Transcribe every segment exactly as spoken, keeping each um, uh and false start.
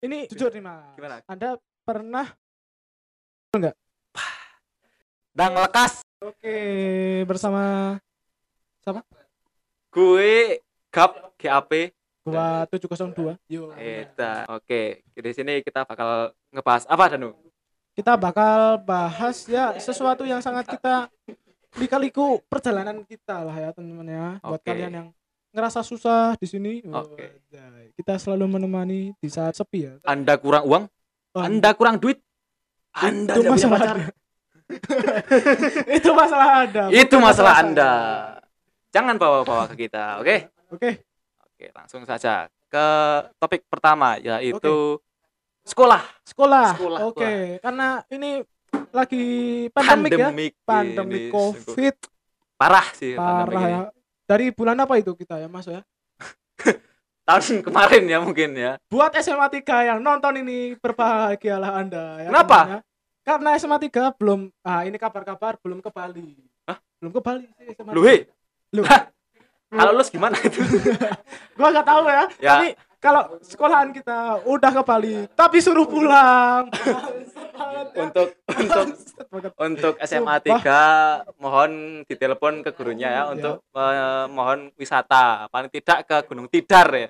Ini jujur nih Mas. Gimana? Anda pernah enggak? Dang lekas. Oke, bersama siapa? Gue Gap G A P. Gua tujuh nol dua. Yo. Eta. Oke, di sini kita bakal ngebahas apa Danu? Kita bakal bahas ya sesuatu yang sangat kita lika-liku perjalanan kita lah ya teman-teman ya. Buat Oke. kalian yang ngerasa susah di sini, Oke. wajay, kita selalu menemani di saat sepi ya. Anda kurang uang? Wah, Anda kurang duit? Anda itu tidak punya masalah pacar? Anda. Itu masalah Anda. Itu bukan masalah saya. Anda. Jangan bawa-bawa ke kita, oke? Oke. Oke, langsung saja ke topik pertama yaitu sekolah. Sekolah. Sekolah, Oke, karena ini lagi pandemik, ya. Pandemik Pandemik ini Covid. Parah sih Parah pandemik ini. ya. Dari bulan apa itu kita ya, Mas ya? Tahun kemarin ya mungkin ya. Buat S M A tiga yang nonton ini berbahagialah Anda ya. Kenapa? teman-teman ya. Karena S M A tiga belum ah ini kabar-kabar belum ke Bali. Hah? Belum ke Bali sih S M A tiga. Lu he. Lu. Kalau lulus gimana itu? Gua enggak tahu ya. Ya. Tapi kalau sekolahan kita udah ke Bali tapi suruh pulang. untuk untuk untuk S M A tiga mohon ditelepon ke gurunya ya untuk eh, mohon wisata paling tidak ke Gunung Tidar ya.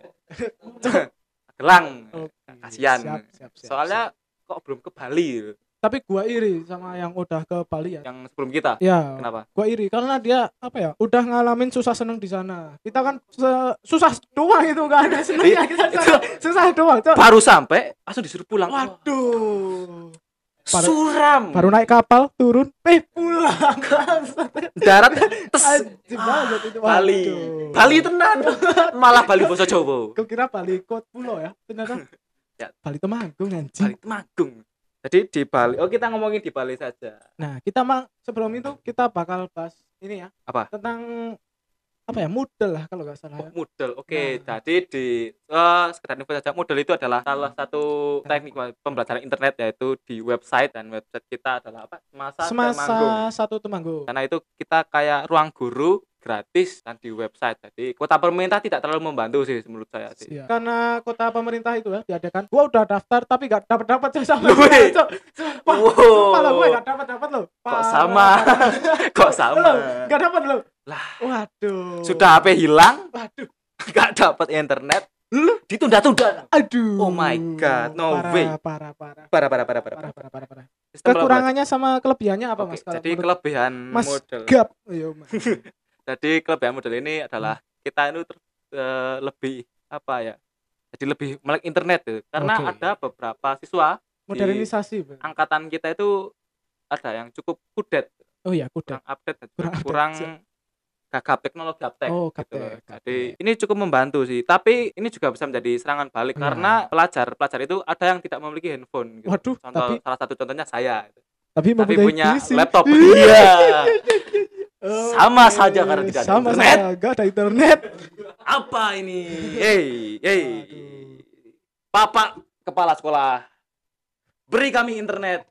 Gelang. Oke, Kasihan. siap, siap, siap, Soalnya kok belum ke Bali tapi gua iri sama yang udah ke Bali ya. yang sebelum kita. Ya. Kenapa? Gua iri karena dia apa ya? Udah ngalamin susah seneng di sana. Kita kan se- susah doang itu enggak ada senengnya kita susah, susah doang. Cok. Baru sampai langsung disuruh pulang. Waduh. Baru- Suram. Baru naik kapal, turun, eh pulang. Darat tes. Anjir banget itu. Bali. Waduh. Bali tenan. Malah Bali basa Jawa. Kau kira Bali kot pulau ya? Ternyata Ya. Bali Temanggung Bali anjing. Temanggung. Jadi di Bali. Oh, kita ngomongin di Bali saja. Nah, kita mah sebelum itu kita bakal bahas ini ya. Apa? Tentang apa ya? Model lah kalau enggak salah ya. Oh, Moodle. Oke, Nah. jadi di eh sekedar info saja, Moodle itu adalah salah satu teknik pembelajaran internet yaitu di website, dan website kita adalah apa? Semasa, Semasa Temanggung. satu Temanggung. Karena itu kita kayak ruang guru gratis dan di website. Jadi kota pemerintah tidak terlalu membantu sih menurut saya sih. Iya. Karena kota pemerintah itu ya diadakan. Gua udah daftar tapi gak dapat dapat sama Loh, sekali, weh. Cok. Sumpah, Wow. sumpah lah gue gak dapat dapat loh. Kok Parah, sama? parah. Kok sama? Loh, gak dapat loh. Lah, Waduh. sudah H P hilang, Waduh. nggak dapat internet, Lu ditunda-tunda. aduh. Oh my God, no parah, way. Parah, parah, Parah, parah, parah, parah. parah, parah, parah, parah. Sistem Kekurangannya sama kelebihannya apa, Oke, Mas? Kalau jadi menurut kelebihan Mas model. Gap. Iya, Mas. Jadi kelebihan model ini adalah kita itu ter- eh, lebih apa ya? Jadi lebih melek internet tuh. Karena Oke. ada beberapa siswa Modernisasi. Bang. angkatan kita itu ada yang cukup kudet, Oh iya, kuda. kurang update, Kurang kurang, update. gagap teknologi gaptek. Oh, gitu loh. gaptek, Jadi gaptek. ini cukup membantu sih. Tapi ini juga bisa menjadi serangan balik Iya. karena pelajar pelajar itu ada yang tidak memiliki handphone. Gitu. Waduh, Contoh tapi- salah satu contohnya saya. Tapi, Tapi mempunyai punya P C. laptop. Iya. Sama Oke. saja karena tidak ada Sama internet. saja, gak ada internet. Apa ini? Hei, hei. Aduh. Bapak kepala sekolah, beri kami internet.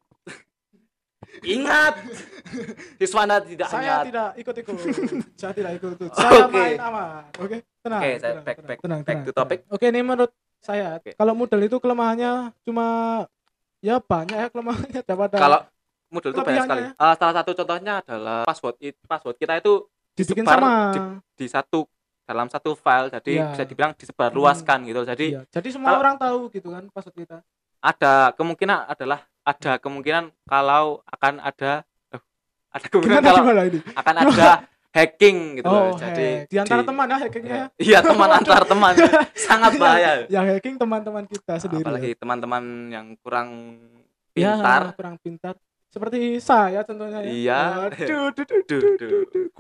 Ingat, siswa Anda tidak Saya ingat. tidak ikut-ikut. Saya tidak ikut-ikut. Saya Oke. main aman. Oke, tenang. Oke, saya tenang, back tenang, back tenang, back tenang, to tenang. topic. Oke, ini menurut saya Oke. kalau model itu kelemahannya cuma ya banyak ya kelemahannya daripada Kalau modul itu banyak Kelebihannya sekali. Eh, salah satu contohnya adalah password. It- Password kita itu dibikin disebar sama. di, di satu dalam satu file, jadi Iya. bisa dibilang disebarluaskan gitu. Jadi Iya, jadi semua kalau- orang tahu gitu kan password kita. ada kemungkinan adalah ada kemungkinan kalau akan ada eh, ada kemungkinan Gimana kalau gimana ini? akan ada hacking gitu loh. Oh, Jadi hack. Di antara di- teman ya hackingnya. ya. Iya, teman antar teman sangat bahaya. Yang hacking teman-teman kita sendiri. Apalagi ya. teman-teman yang kurang Ya, pintar. kurang pintar. Seperti saya contohnya ya. Iya. Aduh, duh, duh, Duh, duh, duh. duh, duh.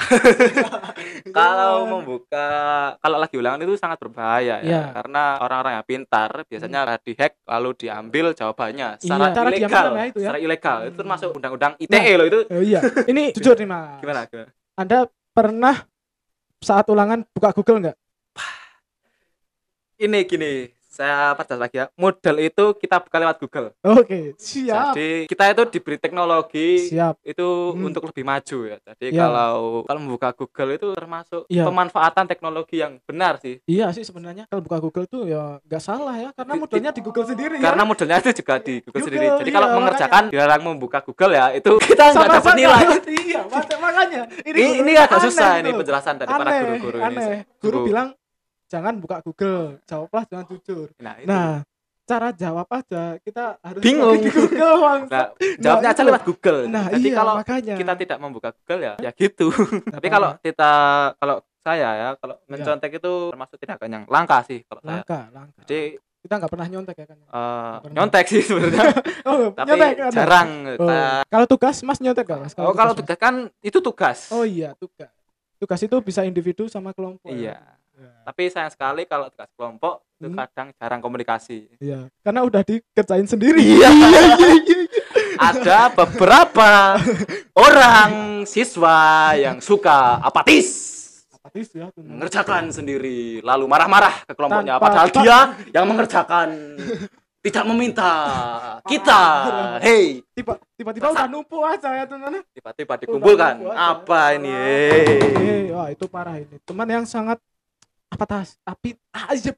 Kalau membuka kalau lagi ulangan itu sangat berbahaya ya, Iya. karena orang-orang yang pintar biasanya dihack lalu diambil jawabannya secara Iya, cara ilegal. diambil ya itu ya. Secara ilegal. Itu Hmm. termasuk undang-undang I T E loh itu. Oh, iya. Ini jujur nih, Mas. Gimana? Gimana? Anda pernah saat ulangan buka Google nggak? Ini gini, saya perjelas lagi ya. Model itu kita buka lewat Google. Oke, siap. Jadi kita itu diberi teknologi Siap. itu Hmm. untuk lebih maju ya. Jadi Ya. kalau kalau membuka Google itu termasuk Ya. pemanfaatan teknologi yang benar sih. Iya sih sebenarnya kalau buka Google tuh ya nggak salah ya karena Di- modelnya di Google sendiri Karena ya. modelnya itu juga di Google, Google, sendiri. Jadi iya, kalau mengerjakan dilarang membuka Google ya, itu kita nggak Sama dapat saja. nilai. Iya, mak- makanya Ini guru ini itu agak aneh susah gitu ini loh. penjelasan dari para Aneh, guru-guru ini. aneh. Guru Sungguh. bilang jangan buka Google, jawablah dengan jujur. Nah, itu. Nah, cara jawab aja kita harus Bingung. login di Google, Bang. Nah, jawabnya Nah, aja itu. lewat Google. Nah, Jadi iya, kalau makanya. kita tidak membuka Google ya, ya gitu. Tapi apa-apa. kalau kita kalau saya ya, kalau mencontek itu termasuk tindakan yang langka sih kalau saya. Langka, langka. Jadi kita nggak pernah nyontek ya kan? eh, pernah. nyontek sih sebenarnya, Oh, tapi nyontek kan? jarang. Oh. Kayak- Kalau tugas Mas nyontek nggak, Mas? oh kalau Mas? tugas kan itu tugas. Oh iya, tugas. Tugas itu bisa individu sama kelompok. Iya. Ya. Tapi sayang sekali kalau tugas kelompok itu Hmm. kadang jarang komunikasi. Iya, karena udah dikerjain sendiri. Iya. iya, iya, iya. Ada beberapa orang siswa yang suka apatis. Apatis ya. tuh. Mengerjakan sendiri lalu marah-marah ke kelompoknya Tanpa- padahal dia yang mengerjakan tidak meminta kita hey Tiba tiba-tiba udah numpuk aja ya teman. tiba-tiba dikumpulkan numpuk aja. apa ini hey Eh, wah itu parah ini. Teman yang sangat apatas, tapi ah, iya,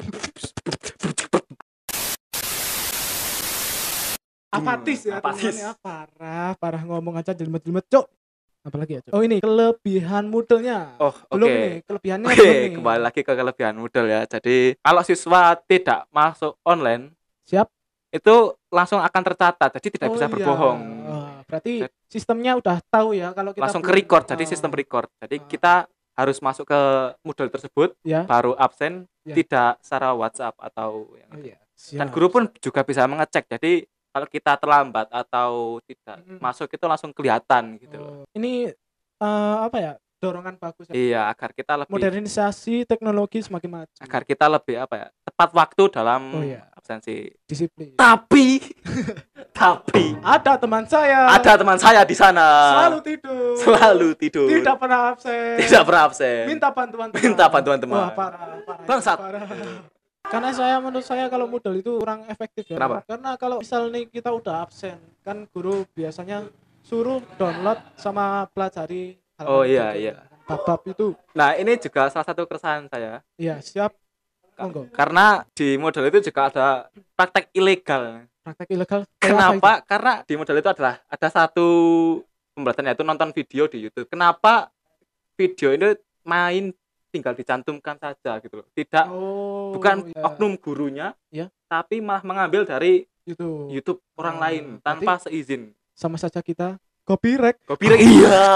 apatis ya apatis. temannya parah, parah ngomong aja jelimet-jelimet, Cok. Apalagi ya, Cok? Oh ini kelebihan modelnya. oh oke Belum nih, kelebihannya oke belum nih. kembali lagi ke kelebihan model ya. Jadi kalau siswa tidak masuk online Siap. itu langsung akan tercatat jadi tidak Oh bisa iya. berbohong. Wah, berarti sistemnya udah tahu ya kalau kita Langsung ke belum- record jadi Ah, sistem record. Jadi Ah. kita harus masuk ke modul tersebut ya. baru absen, Ya. tidak secara WhatsApp atau yang Oh iya. dan Siap. guru pun juga bisa mengecek. Jadi kalau kita terlambat atau tidak Mm. masuk itu langsung kelihatan gitu loh. Oh, ini eh, apa ya? Dorongan bagus ya. Iya, agar kita lebih Modernisasi teknologi semakin maju. agar kita lebih apa ya? Tepat waktu dalam Oh, iya. absensi. Disiplin. Tapi tapi Ada teman saya. ada teman saya di sana Selalu tidur. selalu tidur. Tidak pernah absen. Tidak pernah absen. Minta bantuan teman. Minta bantuan teman. Wah, parah, parah. Bangsat. Parah. Karena saya menurut saya kalau modal itu kurang efektif ya. Kenapa? Karena kalau misal nih kita udah absen, kan guru biasanya suruh download sama pelajari hal-hal Oh, iya, itu. iya. Bab-bab itu. Nah, ini juga salah satu keresahan saya. Iya, siap. Monggo. Karena di model itu juga ada praktek ilegal. Praktek ilegal. kayak apa Kenapa? Karena di model itu adalah ada satu pembelajaran yaitu nonton video di YouTube. Kenapa video ini main tinggal dicantumkan saja gitu loh. itu? Tidak Oh, bukan iya. oknum gurunya, Ya. tapi malah mengambil dari Itu YouTube orang Oh, lain tanpa seizin. sama saja kita copyright. Copyright. Iya.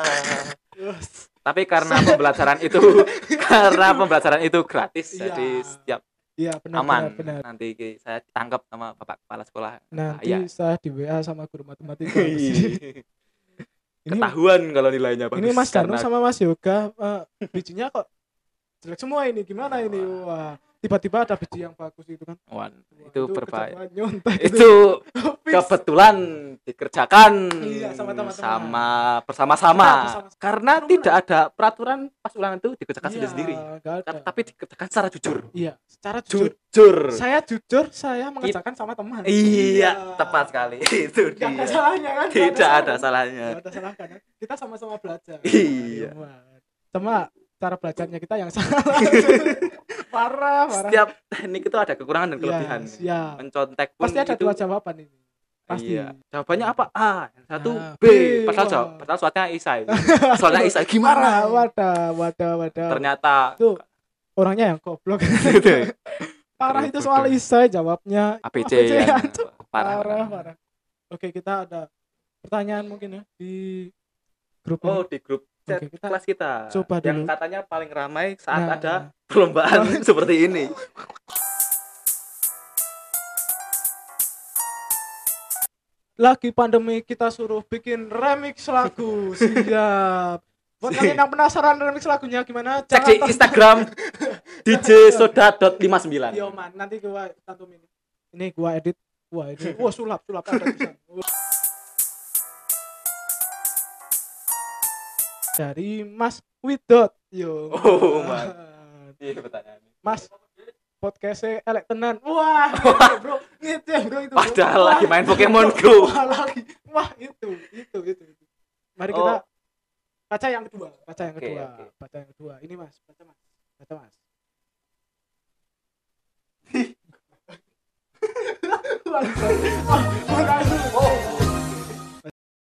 Tapi karena pembelajaran itu karena pembelajaran itu gratis, Iya. jadi setiap Iya, benar, aman. benar, benar. Nanti saya ditangkap sama bapak kepala sekolah. Nanti iya. saya di W A sama guru matematika. ini Ketahuan kalau nilainya bagus. ini Mas Danu karena- sama Mas Yoga eh, bijinya kok jelek semua ini. Gimana ini? Wah, tiba-tiba ada biji yang bagus itu kan. Wan, Wah, itu berbahaya. kejatuhan nyontek Itu Fix. kebetulan dikerjakan Iya, sama teman-teman. sama bersama-sama Kita bersama- karena Bersama. tidak ada peraturan pas ulangan itu dikerjakan Iya, sendiri-sendiri. nggak ada. Ta- Tapi dikerjakan secara jujur. Iya, secara jujur. Jujur. Saya jujur, saya mengerjakan sama teman. Iya, tepat sekali. Itu Gak ada dia. salahnya kan? Nggak Tidak ada salah. salahnya. Nggak ada salah kan? Kita sama-sama belajar. Iya. Wah, cuma cara belajarnya kita yang salah. parah, parah. Setiap teknik itu ada kekurangan dan kelebihan. Iya, siap. Mencontek pun Pasti ada itu, dua jawaban ini. Pasti. Iya. Jawabannya apa? A, yang satu Nah, B. B. Padahal Wah. jawab, padahal soalnya Isai. Soalnya Isai Parah, gimana? wadah, wadah, wadah. Ternyata Itu orangnya yang goblok. gitu. Parah itu soal Bodoh. isai jawabnya A B C A B C, yang aduh. parah. parah, parah. Oke, kita ada pertanyaan mungkin ya di grup Oh, ini. di grup chat Oke, kita kelas kita. coba yang dulu. katanya paling ramai saat Nah. ada perlombaan seperti ini. Lagi pandemi kita suruh bikin remix lagu. Siap. Buat kalian yang penasaran remix lagunya gimana? Cek di tonton- Instagram d j soda dot lima sembilan. Yo man, nanti gua cantumin. Ini gua edit. Wah, ini. Wah, sulap, sulap ada tulisan. Dari Mas Widot. Yo. Oh, man. Iya pertanyaannya. Mas, podcastnya elek tenan. Wah, gitu, bro, gitu bro itu. Bro. Padahal Wah, lagi main Pokemon Go. Wah, lagi. Wah, itu, itu, itu. itu. Mari kita Oh. baca yang kedua, baca yang Oke, kedua, oke. baca yang kedua. Ini Mas, baca Mas, baca Mas. Wah, wah,